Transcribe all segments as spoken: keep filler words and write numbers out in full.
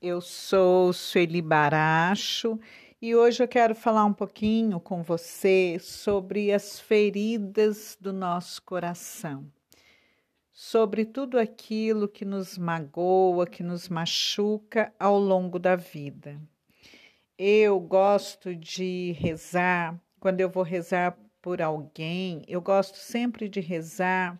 Eu sou Sueli Baracho e hoje eu quero falar um pouquinho com você sobre as feridas do nosso coração, sobre tudo aquilo que nos magoa, que nos machuca ao longo da vida. Eu gosto de rezar, quando eu vou rezar por alguém, eu gosto sempre de rezar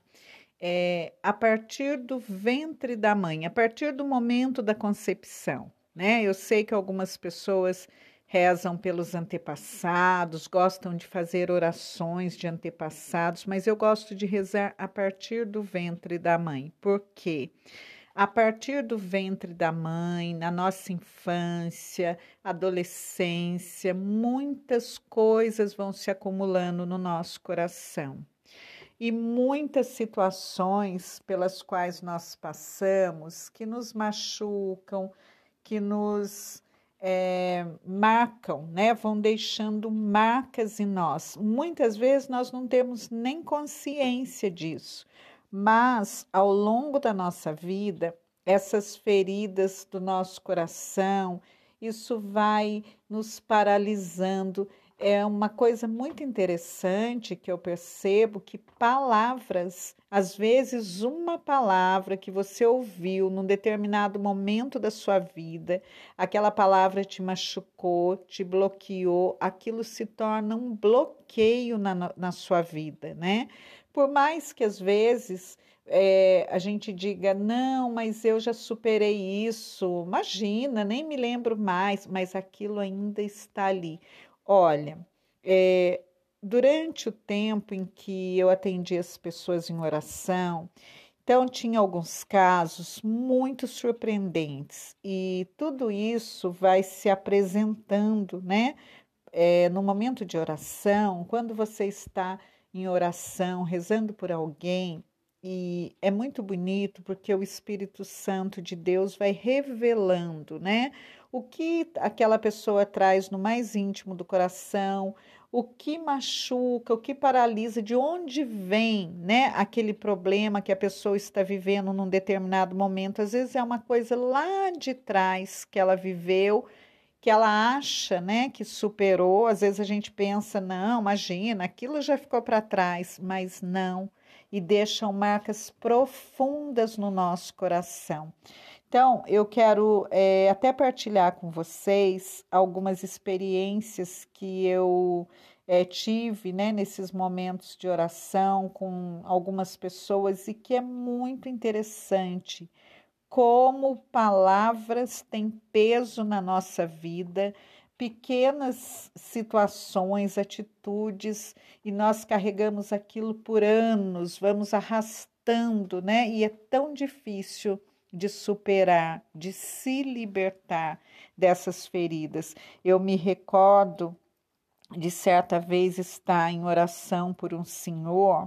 é, a partir do ventre da mãe, a partir do momento da concepção, né? Eu sei que algumas pessoas rezam pelos antepassados, gostam de fazer orações de antepassados, mas eu gosto de rezar a partir do ventre da mãe. Por quê? A partir do ventre da mãe, na nossa infância, adolescência, muitas coisas vão se acumulando no nosso coração. E muitas situações pelas quais nós passamos que nos machucam, que nos é, marcam, né? Vão deixando marcas em nós. Muitas vezes nós não temos nem consciência disso, mas ao longo da nossa vida, essas feridas do nosso coração, isso vai nos paralisando. É uma coisa muito interessante que eu percebo que palavras, às vezes uma palavra que você ouviu num determinado momento da sua vida, aquela palavra te machucou, te bloqueou, aquilo se torna um bloqueio na, na sua vida, né? Por mais que às vezes é, a gente diga, não, mas eu já superei isso, imagina, nem me lembro mais, mas aquilo ainda está ali. Olha, é, durante o tempo em que eu atendi as pessoas em oração, então tinha alguns casos muito surpreendentes e tudo isso vai se apresentando, né? É, no momento de oração, quando você está em oração, rezando por alguém, e é muito bonito porque o Espírito Santo de Deus vai revelando, né? O que aquela pessoa traz no mais íntimo do coração, o que machuca, o que paralisa, de onde vem, né, aquele problema que a pessoa está vivendo num determinado momento. Às vezes é uma coisa lá de trás que ela viveu, que ela acha, né, que superou. Às vezes a gente pensa, não, imagina, aquilo já ficou para trás, mas não, e deixam marcas profundas no nosso coração. Então, eu quero é, até partilhar com vocês algumas experiências que eu é, tive, né, nesses momentos de oração com algumas pessoas e que é muito interessante como palavras têm peso na nossa vida, pequenas situações, atitudes, e nós carregamos aquilo por anos, vamos arrastando, né? E é tão difícil de superar, de se libertar dessas feridas. Eu me recordo de certa vez estar em oração por um senhor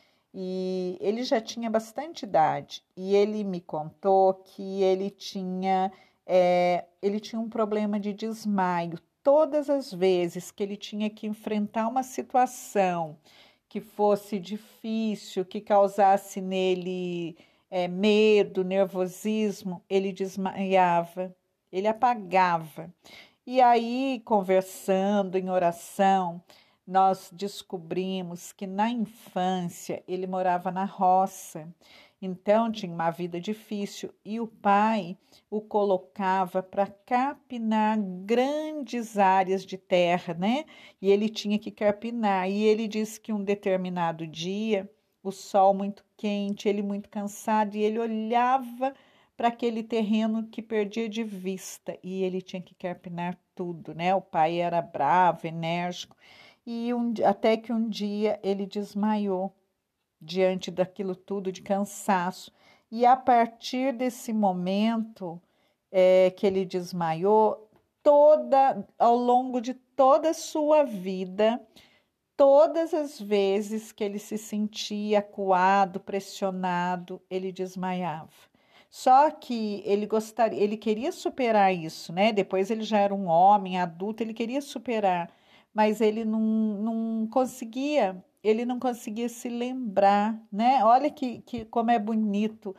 e ele já tinha bastante idade e ele me contou que ele tinha, é, ele tinha um problema de desmaio. Todas as vezes que ele tinha que enfrentar uma situação que fosse difícil, que causasse nele é, medo, nervosismo, ele desmaiava, ele apagava. E aí, conversando em oração, nós descobrimos que na infância ele morava na roça, então tinha uma vida difícil e o pai o colocava para capinar grandes áreas de terra, né? E ele tinha que capinar. E ele disse que um determinado dia, o sol muito quente, ele muito cansado, e ele olhava para aquele terreno que perdia de vista e ele tinha que capinar tudo, né? O pai era bravo, enérgico. E um, até que um dia ele desmaiou diante daquilo tudo, de cansaço. E a partir desse momento é, que ele desmaiou, toda, ao longo de toda a sua vida, todas as vezes que ele se sentia acuado, pressionado, ele desmaiava. Só que ele gostaria, ele queria superar isso, né? Depois ele já era um homem adulto, ele queria superar, mas ele não, não conseguia, ele não conseguia se lembrar, né? Olha que, que como é bonito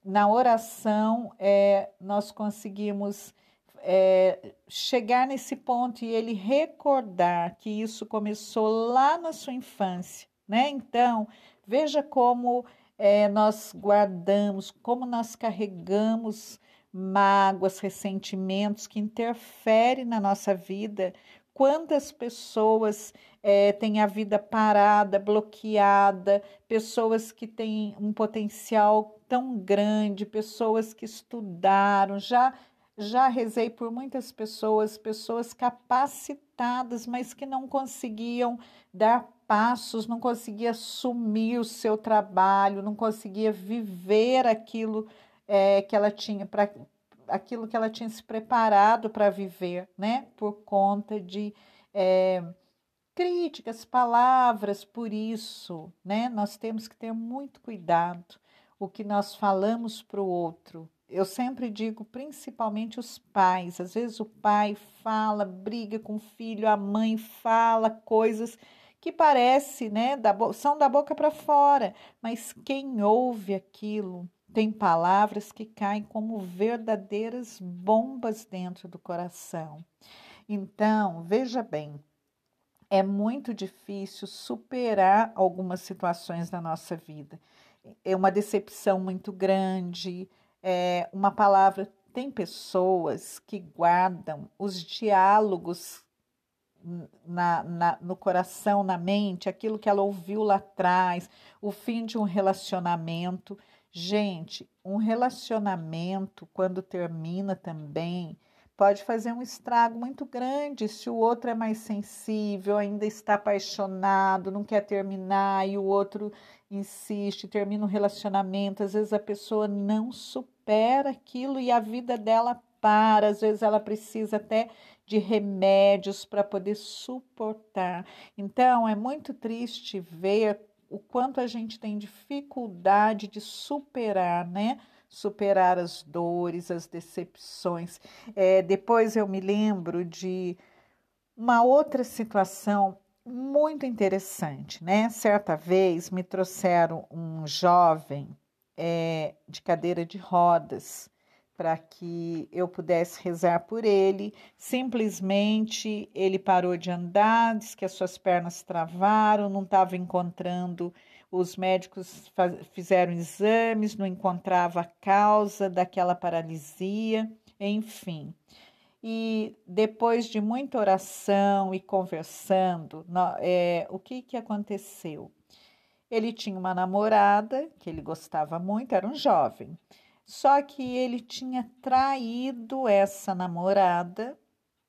na oração é, nós conseguimos é, chegar nesse ponto e ele recordar que isso começou lá na sua infância, né? Então, veja como é, nós guardamos, como nós carregamos mágoas, ressentimentos que interferem na nossa vida. Quantas pessoas é, têm a vida parada, bloqueada, pessoas que têm um potencial tão grande, pessoas que estudaram, já já rezei por muitas pessoas, pessoas capacitadas, mas que não conseguiam dar passos, não conseguia assumir o seu trabalho, não conseguia viver aquilo é, que ela tinha para aquilo que ela tinha se preparado para viver, né? Por conta de é, críticas, palavras, por isso, né? Nós temos que ter muito cuidado o que nós falamos para o outro. Eu sempre digo, principalmente os pais. Às vezes o pai fala, briga com o filho, a mãe fala coisas que parece, né, da são da boca para fora, mas quem ouve aquilo tem palavras que caem como verdadeiras bombas dentro do coração. Então, veja bem, é muito difícil superar algumas situações da nossa vida. É uma decepção muito grande, é uma palavra. Tem pessoas que guardam os diálogos na, na, no coração, na mente, aquilo que ela ouviu lá atrás, o fim de um relacionamento. Gente, um relacionamento, quando termina também, pode fazer um estrago muito grande se o outro é mais sensível, ainda está apaixonado, não quer terminar e o outro insiste, termina um relacionamento. Às vezes a pessoa não supera aquilo e a vida dela para, às vezes ela precisa até de remédios para poder suportar. Então, é muito triste ver o quanto a gente tem dificuldade de superar, né? Superar as dores, as decepções. É, depois eu me lembro de uma outra situação muito interessante, né? Certa vez me trouxeram um jovem é, de cadeira de rodas para que eu pudesse rezar por ele. Simplesmente ele parou de andar, disse que as suas pernas travaram, não estava encontrando. Os médicos fizeram exames, não encontrava a causa daquela paralisia, enfim. E depois de muita oração e conversando, é, o que, que aconteceu? Ele tinha uma namorada que ele gostava muito, era um jovem. Só que ele tinha traído essa namorada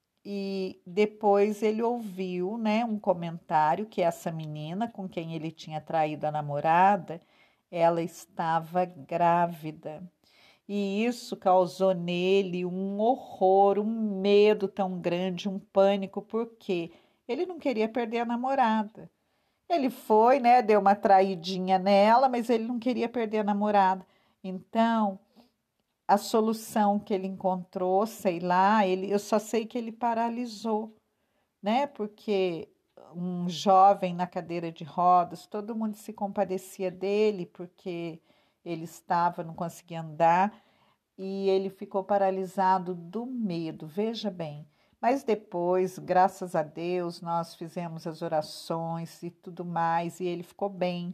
e depois ele ouviu, né, um comentário que essa menina com quem ele tinha traído a namorada, ela estava grávida. E isso causou nele um horror, um medo tão grande, um pânico, porque ele não queria perder a namorada. Ele foi, né, deu uma traidinha nela, mas ele não queria perder a namorada. Então, a solução que ele encontrou, sei lá, ele, eu só sei que ele paralisou, né? Porque um jovem na cadeira de rodas, todo mundo se compadecia dele porque ele estava, não conseguia andar, e ele ficou paralisado do medo, veja bem. Mas depois, graças a Deus, nós fizemos as orações e tudo mais, e ele ficou bem.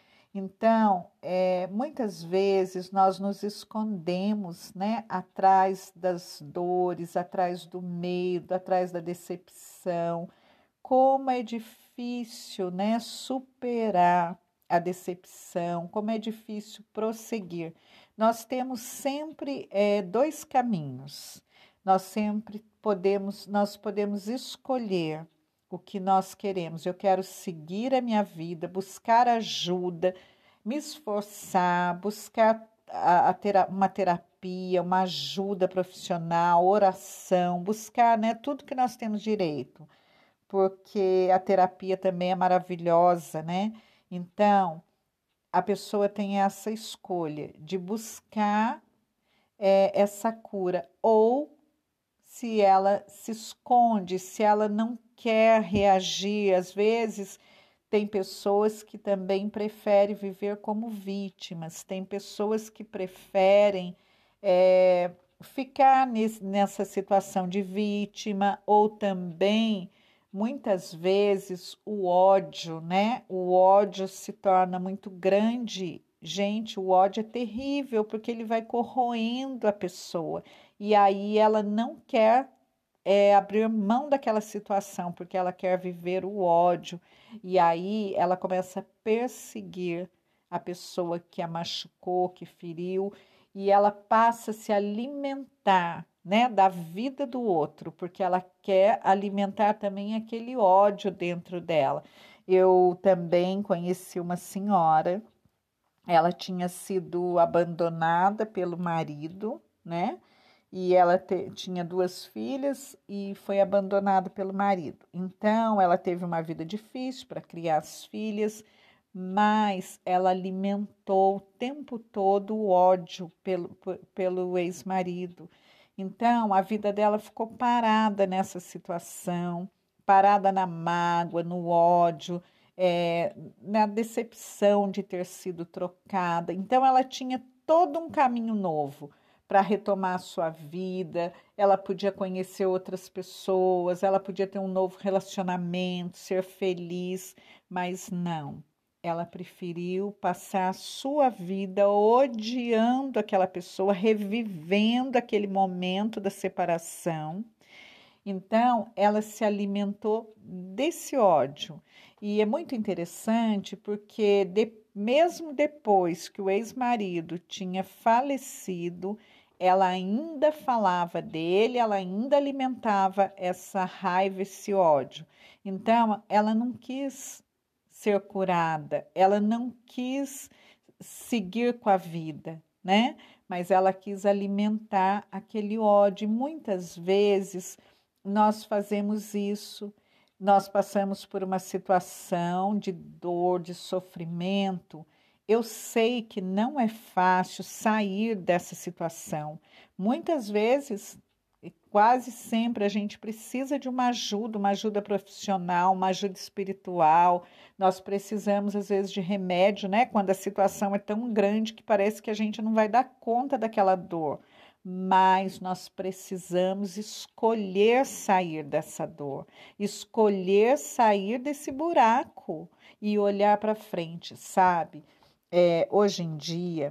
Então, é, muitas vezes nós nos escondemos, né, atrás das dores, atrás do medo, atrás da decepção. Como é difícil, né, superar a decepção, como é difícil prosseguir. Nós temos sempre é, dois caminhos. Nós sempre podemos, nós podemos escolher o que nós queremos. Eu quero seguir a minha vida, buscar ajuda, me esforçar, buscar a, a tera, uma terapia, uma ajuda profissional, oração, buscar, né, tudo que nós temos direito, porque a terapia também é maravilhosa, né? Então, a pessoa tem essa escolha de buscar é, essa cura, ou se ela se esconde, se ela não quer reagir, às vezes Tem pessoas que também preferem viver como vítimas, tem pessoas que preferem é, ficar nesse, nessa situação de vítima, ou também, muitas vezes, o ódio, né? O ódio se torna muito grande. Gente, o ódio é terrível porque ele vai corroendo a pessoa e aí ela não quer é, abrir mão daquela situação, porque ela quer viver o ódio. E aí ela começa a perseguir a pessoa que a machucou, que feriu, e ela passa a se alimentar, né, da vida do outro, porque ela quer alimentar também aquele ódio dentro dela. Eu também conheci uma senhora, ela tinha sido abandonada pelo marido, né? E ela te, tinha duas filhas e foi abandonada pelo marido. Então, ela teve uma vida difícil para criar as filhas, mas ela alimentou o tempo todo o ódio pelo, pelo ex-marido. Então, a vida dela ficou parada nessa situação, parada na mágoa, no ódio, é, na decepção de ter sido trocada. Então, ela tinha todo um caminho novo para retomar a sua vida, ela podia conhecer outras pessoas, ela podia ter um novo relacionamento, ser feliz, mas não. Ela preferiu passar a sua vida odiando aquela pessoa, revivendo aquele momento da separação. Então, ela se alimentou desse ódio. E é muito interessante porque, de, mesmo depois que o ex-marido tinha falecido, ela ainda falava dele, ela ainda alimentava essa raiva, esse ódio. Então, ela não quis ser curada, ela não quis seguir com a vida, né? Mas ela quis alimentar aquele ódio. E muitas vezes nós fazemos isso, nós passamos por uma situação de dor, de sofrimento. Eu sei que não é fácil sair dessa situação. Muitas vezes, quase sempre, a gente precisa de uma ajuda, uma ajuda profissional, uma ajuda espiritual. Nós precisamos, às vezes, de remédio, né? Quando a situação é tão grande que parece que a gente não vai dar conta daquela dor. Mas nós precisamos escolher sair dessa dor, escolher sair desse buraco e olhar para frente, sabe? É, hoje em dia,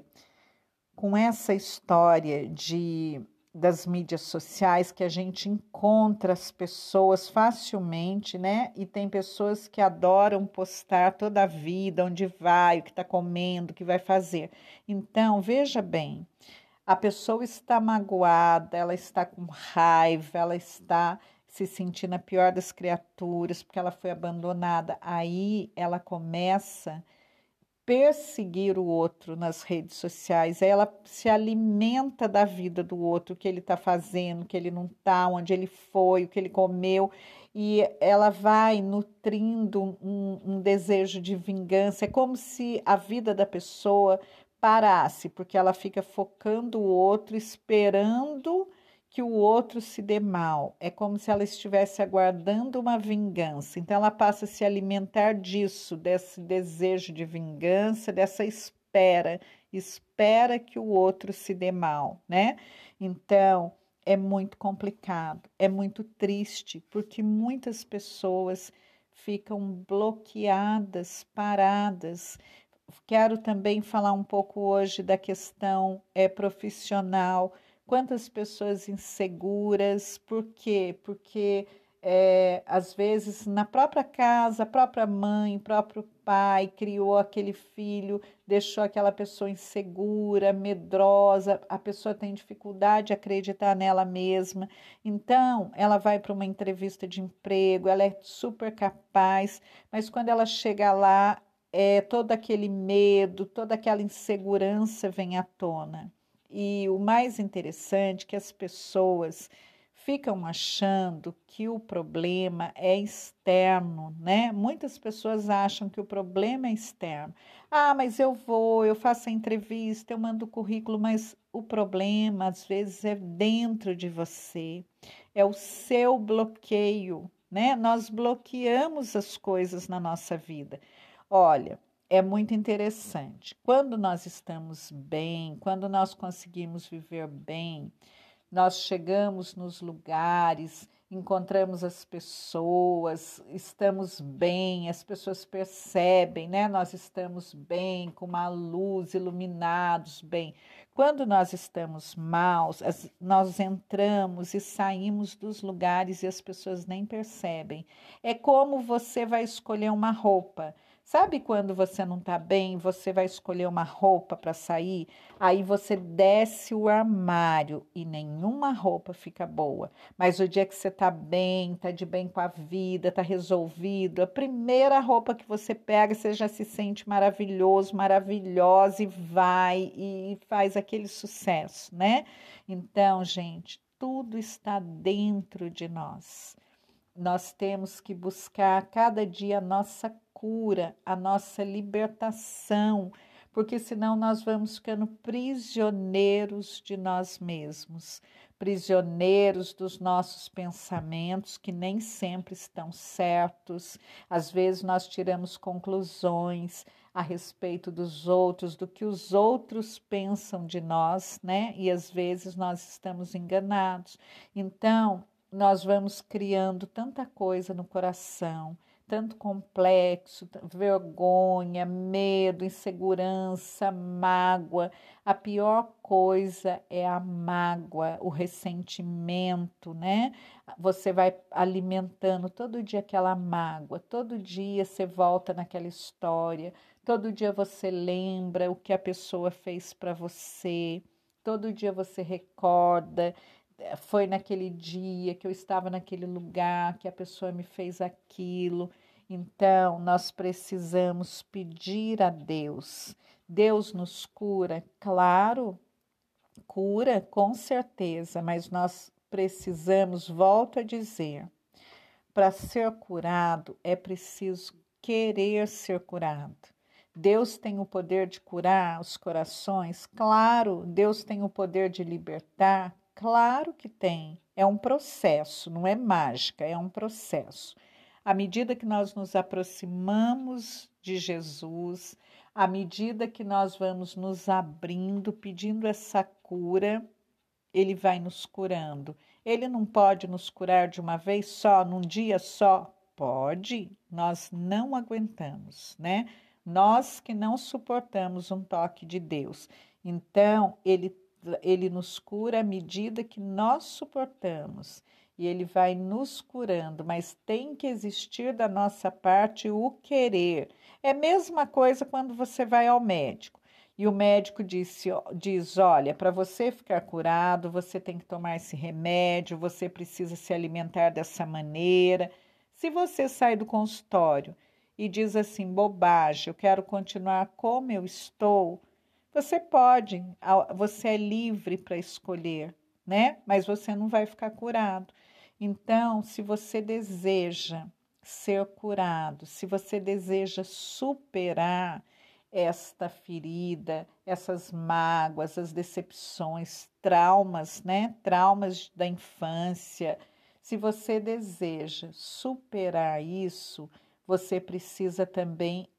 com essa história de das mídias sociais, que a gente encontra as pessoas facilmente, né? E tem pessoas que adoram postar toda a vida, onde vai, o que está comendo, o que vai fazer. Então, veja bem, a pessoa está magoada, ela está com raiva, ela está se sentindo a pior das criaturas, porque ela foi abandonada. Aí ela começa perseguir o outro nas redes sociais, aí ela se alimenta da vida do outro, o que ele está fazendo, o que ele não está, onde ele foi, o que ele comeu, e ela vai nutrindo um, um desejo de vingança. É como se a vida da pessoa parasse, porque ela fica focando o outro, esperando que o outro se dê mal. É como se ela estivesse aguardando uma vingança. Então, ela passa a se alimentar disso, desse desejo de vingança, dessa espera, espera que o outro se dê mal, né? Então, é muito complicado, é muito triste, porque muitas pessoas ficam bloqueadas, paradas. Quero também falar um pouco hoje da questão é, profissional. Quantas pessoas inseguras, por quê? Porque é, às vezes na própria casa, a própria mãe, o próprio pai criou aquele filho, deixou aquela pessoa insegura, medrosa, a pessoa tem dificuldade de acreditar nela mesma. Então, ela vai para uma entrevista de emprego, ela é super capaz, mas quando ela chega lá, é, todo aquele medo, toda aquela insegurança vem à tona. E o mais interessante é que as pessoas ficam achando que o problema é externo, né? Muitas pessoas acham que o problema é externo. Ah, mas eu vou, eu faço a entrevista, eu mando o currículo, mas o problema às vezes é dentro de você, é o seu bloqueio, né? Nós bloqueamos as coisas na nossa vida. Olha, é muito interessante. Quando nós estamos bem, quando nós conseguimos viver bem, nós chegamos nos lugares, encontramos as pessoas, estamos bem, as pessoas percebem, né? Nós estamos bem, com uma luz, iluminados, bem. Quando nós estamos maus, nós entramos e saímos dos lugares e as pessoas nem percebem. É como você vai escolher uma roupa. Sabe quando você não está bem, você vai escolher uma roupa para sair? Aí você desce o armário e nenhuma roupa fica boa. Mas o dia que você está bem, está de bem com a vida, está resolvido, a primeira roupa que você pega, você já se sente maravilhoso, maravilhosa e vai e faz aquele sucesso, né? Então, gente, tudo está dentro de nós. Nós temos que buscar cada dia a nossa cura, a nossa libertação, porque senão nós vamos ficando prisioneiros de nós mesmos, prisioneiros dos nossos pensamentos que nem sempre estão certos. Às vezes nós tiramos conclusões a respeito dos outros, do que os outros pensam de nós, né? E às vezes nós estamos enganados. Então, nós vamos criando tanta coisa no coração, tanto complexo, vergonha, medo, insegurança, mágoa. A pior coisa é a mágoa, o ressentimento, né? Você vai alimentando todo dia aquela mágoa, todo dia você volta naquela história, todo dia você lembra o que a pessoa fez para você, todo dia você recorda. Foi naquele dia que eu estava naquele lugar, que a pessoa me fez aquilo. Então, nós precisamos pedir a Deus. Deus nos cura? Claro, cura, com certeza, mas nós precisamos, volto a dizer, para ser curado é preciso querer ser curado. Deus tem o poder de curar os corações? Claro. Deus tem o poder de libertar? Claro que tem. É um processo, não é mágica, é um processo. À medida que nós nos aproximamos de Jesus, à medida que nós vamos nos abrindo, pedindo essa cura, Ele vai nos curando. Ele não pode nos curar de uma vez só, num dia só? Pode, nós não aguentamos, né? Nós que não suportamos um toque de Deus. Então, Ele Ele nos cura à medida que nós suportamos e Ele vai nos curando, mas tem que existir da nossa parte o querer. É a mesma coisa quando você vai ao médico e o médico disse, diz, olha, para você ficar curado, você tem que tomar esse remédio, você precisa se alimentar dessa maneira. Se você sai do consultório e diz assim, bobagem, eu quero continuar como eu estou, você pode, você é livre para escolher, né? Mas você não vai ficar curado. Então, se você deseja ser curado, se você deseja superar esta ferida, essas mágoas, as decepções, traumas, né? Traumas da infância, se você deseja superar isso, você precisa também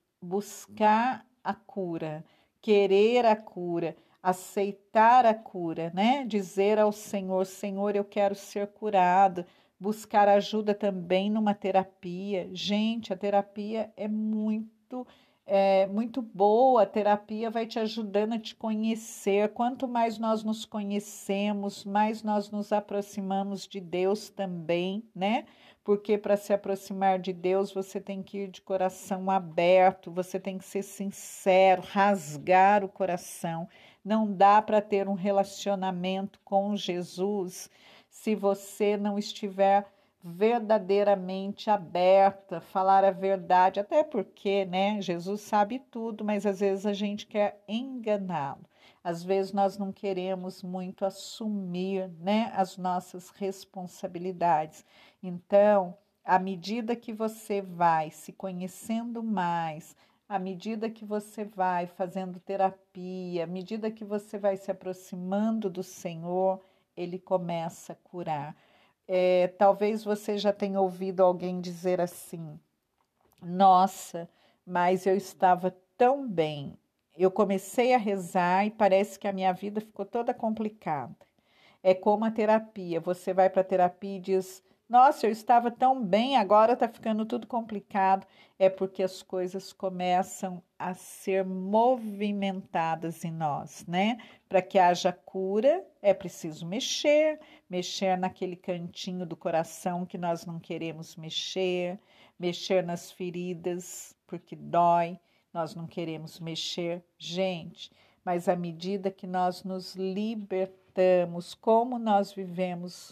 buscar a cura, querer a cura, aceitar a cura, né? Dizer ao Senhor, Senhor, eu quero ser curado, buscar ajuda também numa terapia. Gente, a terapia é muito, é muito boa, a terapia vai te ajudando a te conhecer. Quanto mais nós nos conhecemos, mais nós nos aproximamos de Deus também, né? Porque para se aproximar de Deus, você tem que ir de coração aberto, você tem que ser sincero, rasgar o coração. Não dá para ter um relacionamento com Jesus se você não estiver verdadeiramente aberta, falar a verdade, até porque, né, Jesus sabe tudo, mas às vezes a gente quer enganá-lo. Às vezes nós não queremos muito assumir, né, as nossas responsabilidades. Então, à medida que você vai se conhecendo mais, à medida que você vai fazendo terapia, à medida que você vai se aproximando do Senhor, Ele começa a curar. É, talvez você já tenha ouvido alguém dizer assim: nossa, mas eu estava tão bem. Eu comecei a rezar e parece que a minha vida ficou toda complicada. É como a terapia. Você vai para a terapia e diz: nossa, eu estava tão bem, agora está ficando tudo complicado. É porque as coisas começam a ser movimentadas em nós, né? Para que haja cura, é preciso mexer, mexer naquele cantinho do coração que nós não queremos mexer, mexer nas feridas, porque dói, nós não queremos mexer. Gente, mas à medida que nós nos libertamos, como nós vivemos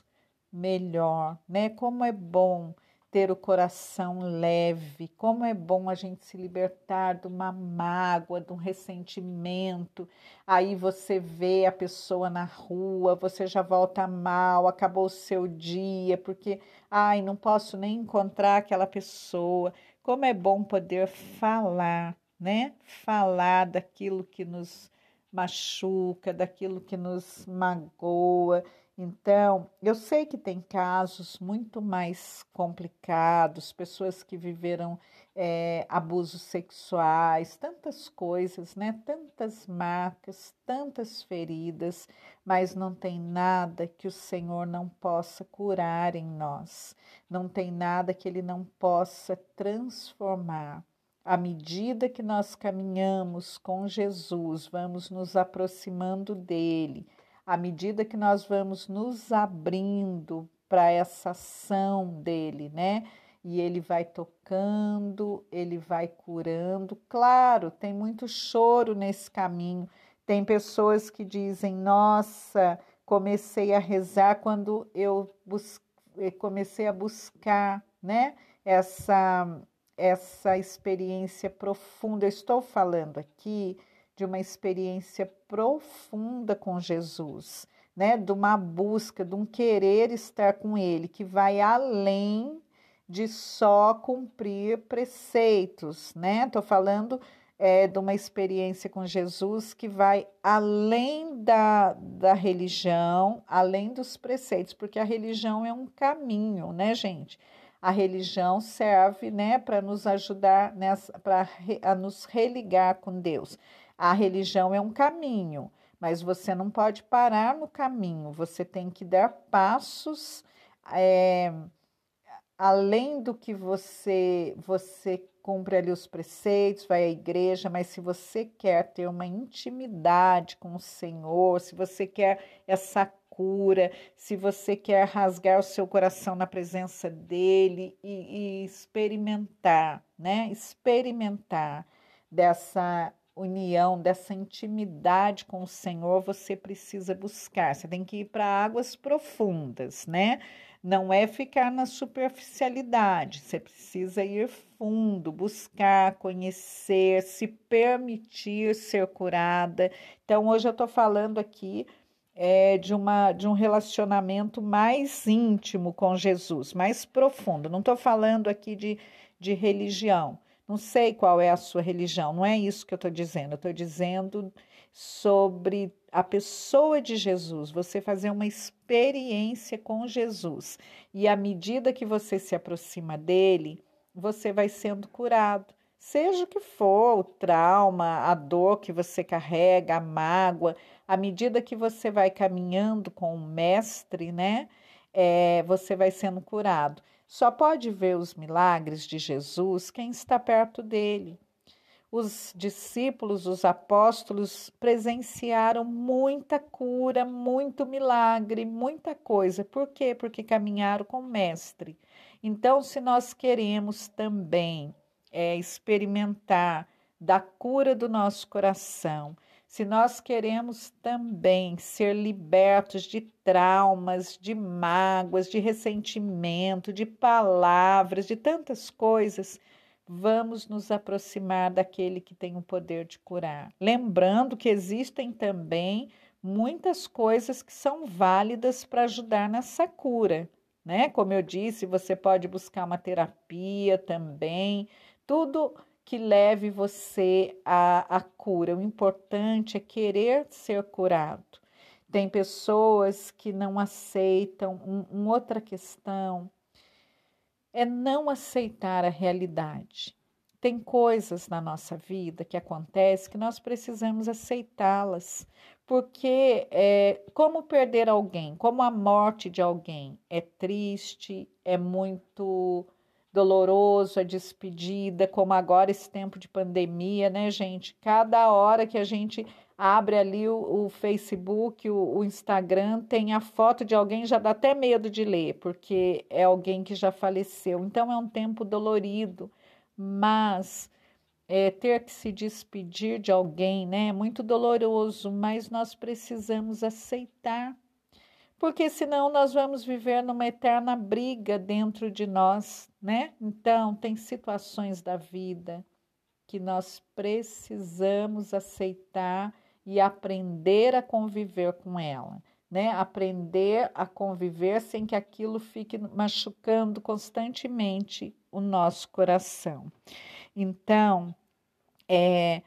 melhor, né? Como é bom ter o coração leve, como é bom a gente se libertar de uma mágoa, de um ressentimento. Aí você vê a pessoa na rua, você já volta mal, acabou o seu dia, porque, ai, não posso nem encontrar aquela pessoa. Como é bom poder falar, né? Falar daquilo que nos machuca, daquilo que nos magoa. Então, eu sei que tem casos muito mais complicados, pessoas que viveram é, abusos sexuais, tantas coisas, né? Tantas marcas, tantas feridas, mas não tem nada que o Senhor não possa curar em nós, não tem nada que Ele não possa transformar. À medida que nós caminhamos com Jesus, vamos nos aproximando dele. À medida que nós vamos nos abrindo para essa ação dele, né? E ele vai tocando, ele vai curando. Claro, tem muito choro nesse caminho. Tem pessoas que dizem: nossa, comecei a rezar quando eu bus- comecei a buscar, né? Essa, essa experiência profunda. Eu estou falando aqui de uma experiência profunda com Jesus, né? De uma busca, de um querer estar com Ele, que vai além de só cumprir preceitos, né? Estou falando é, de uma experiência com Jesus que vai além da, da religião, além dos preceitos, porque a religião é um caminho, né, gente? A religião serve, né, para nos ajudar nessa, para a nos religar com Deus. A religião é um caminho, mas você não pode parar no caminho, você tem que dar passos é, além do que você, você cumpre ali os preceitos, vai à igreja, mas se você quer ter uma intimidade com o Senhor, se você quer essa cura, se você quer rasgar o seu coração na presença dele e, e experimentar, né? Experimentar dessa união, dessa intimidade com o Senhor, você precisa buscar. Você tem que ir para águas profundas, né? Não é ficar na superficialidade, você precisa ir fundo, buscar, conhecer, se permitir ser curada. Então, hoje eu estou falando aqui é, de, uma, de um relacionamento mais íntimo com Jesus, mais profundo. Não estou falando aqui de, de religião. Não sei qual é a sua religião, não é isso que eu estou dizendo. Eu estou dizendo sobre a pessoa de Jesus, você fazer uma experiência com Jesus. E à medida que você se aproxima dele, você vai sendo curado. Seja o que for, o trauma, a dor que você carrega, a mágoa, à medida que você vai caminhando com o mestre, né? É, você vai sendo curado. Só pode ver os milagres de Jesus quem está perto dele. Os discípulos, os apóstolos, presenciaram muita cura, muito milagre, muita coisa. Por quê? Porque caminharam com o Mestre. Então, se nós queremos também é, experimentar da cura do nosso coração, se nós queremos também ser libertos de traumas, de mágoas, de ressentimento, de palavras, de tantas coisas, vamos nos aproximar daquele que tem o poder de curar. Lembrando que existem também muitas coisas que são válidas para ajudar nessa cura, né? Como eu disse, você pode buscar uma terapia também, tudo que leve você à, à cura. O importante é querer ser curado. Tem pessoas que não aceitam. Um, um outra questão é não aceitar a realidade. Tem coisas na nossa vida que acontecem que nós precisamos aceitá-las, porque é, como perder alguém, como a morte de alguém é triste, é muito doloroso, a despedida, como agora esse tempo de pandemia, né, gente? Cada hora que a gente abre ali o, o Facebook, o, o Instagram, tem a foto de alguém, já dá até medo de ler, porque é alguém que já faleceu. Então é um tempo dolorido, mas é, ter que se despedir de alguém, né, é muito doloroso, mas nós precisamos aceitar, porque senão nós vamos viver numa eterna briga dentro de nós, né? Então, tem situações da vida que nós precisamos aceitar e aprender a conviver com ela, né? Aprender a conviver sem que aquilo fique machucando constantemente o nosso coração. Então, é,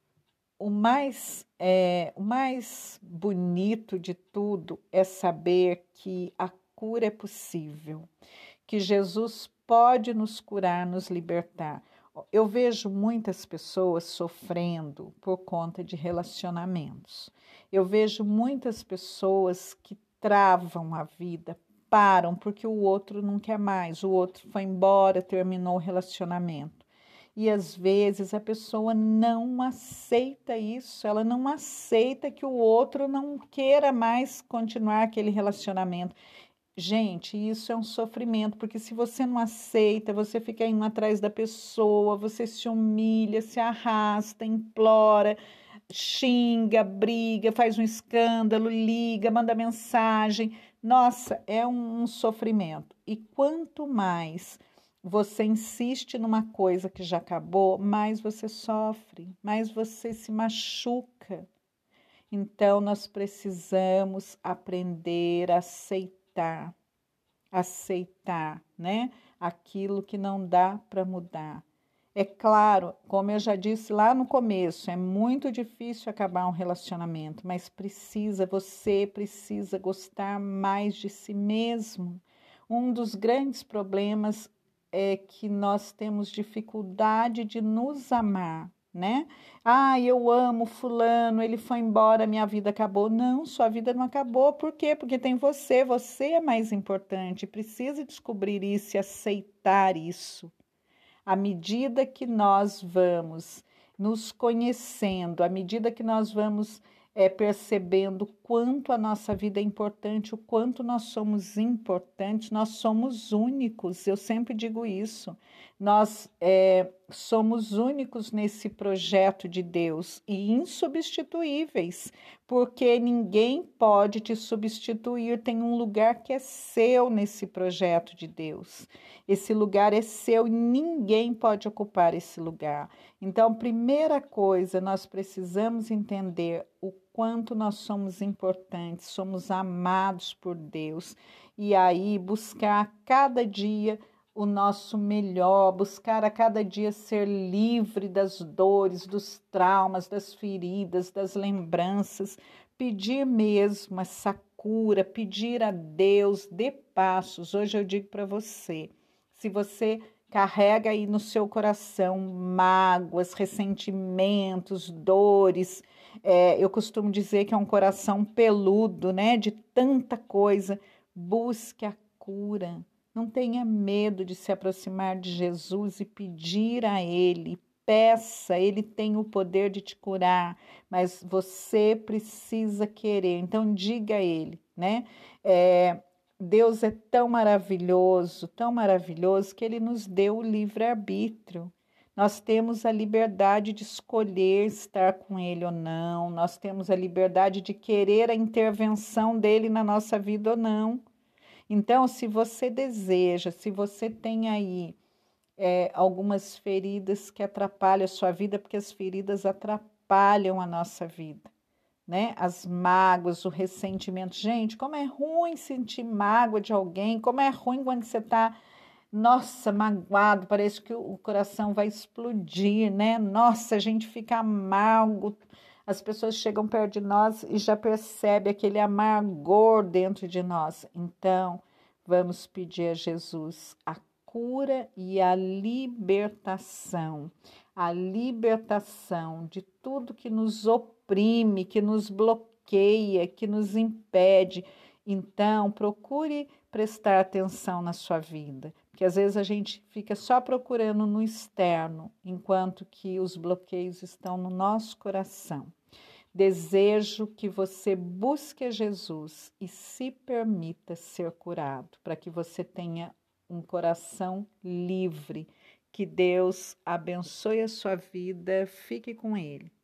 o mais, é, o mais bonito de tudo é saber que a cura é possível, que Jesus pode nos curar, nos libertar. Eu vejo muitas pessoas sofrendo por conta de relacionamentos. Eu vejo muitas pessoas que travam a vida, param porque o outro não quer mais, o outro foi embora, terminou o relacionamento. E às vezes a pessoa não aceita isso, ela não aceita que o outro não queira mais continuar aquele relacionamento. Gente, isso é um sofrimento, porque se você não aceita, você fica indo atrás da pessoa, você se humilha, se arrasta, implora, xinga, briga, faz um escândalo, liga, manda mensagem. Nossa, é um, um sofrimento. E quanto mais você insiste numa coisa que já acabou, mais você sofre, mais você se machuca. Então, nós precisamos aprender a aceitar, aceitar, né? Aquilo que não dá para mudar. É claro, como eu já disse lá no começo, é muito difícil acabar um relacionamento, mas precisa, você precisa gostar mais de si mesmo. Um dos grandes problemas é que nós temos dificuldade de nos amar, né? Ah, eu amo fulano, ele foi embora, minha vida acabou. Não, sua vida não acabou. Por quê? Porque tem você, você é mais importante. Precisa descobrir isso e aceitar isso. À medida que nós vamos nos conhecendo, à medida que nós vamos é, percebendo o quanto a nossa vida é importante, o quanto nós somos importantes, nós somos únicos, eu sempre digo isso. Nós é, somos únicos nesse projeto de Deus e insubstituíveis, porque ninguém pode te substituir, tem um lugar que é seu nesse projeto de Deus. Esse lugar é seu e ninguém pode ocupar esse lugar. Então, primeira coisa, nós precisamos entender o quanto nós somos importantes, somos amados por Deus. E aí, buscar a cada dia o nosso melhor, buscar a cada dia ser livre das dores, dos traumas, das feridas, das lembranças, pedir mesmo essa cura, pedir a Deus, dê passos. Hoje eu digo para você, se você carrega aí no seu coração mágoas, ressentimentos, dores, é, eu costumo dizer que é um coração peludo, né, de tanta coisa, busque a cura. Não tenha medo de se aproximar de Jesus e pedir a Ele. Peça, Ele tem o poder de te curar, mas você precisa querer. Então, diga a Ele, né? É, Deus é tão maravilhoso, tão maravilhoso, que Ele nos deu o livre-arbítrio. Nós temos a liberdade de escolher estar com Ele ou não. Nós temos a liberdade de querer a intervenção dEle na nossa vida ou não. Então, se você deseja, se você tem aí é, algumas feridas que atrapalham a sua vida, porque as feridas atrapalham a nossa vida, né? As mágoas, o ressentimento. Gente, como é ruim sentir mágoa de alguém, como é ruim quando você está, nossa, magoado, parece que o coração vai explodir, né? Nossa, a gente fica amargo, As pessoas chegam perto de nós e já percebem aquele amargor dentro de nós. Então, vamos pedir a Jesus a cura e a libertação, a libertação de tudo que nos oprime, que nos bloqueia, que nos impede. Então, procure prestar atenção na sua vida, porque às vezes a gente fica só procurando no externo, enquanto que os bloqueios estão no nosso coração. Desejo que você busque a Jesus e se permita ser curado, para que você tenha um coração livre. Que Deus abençoe a sua vida, fique com Ele.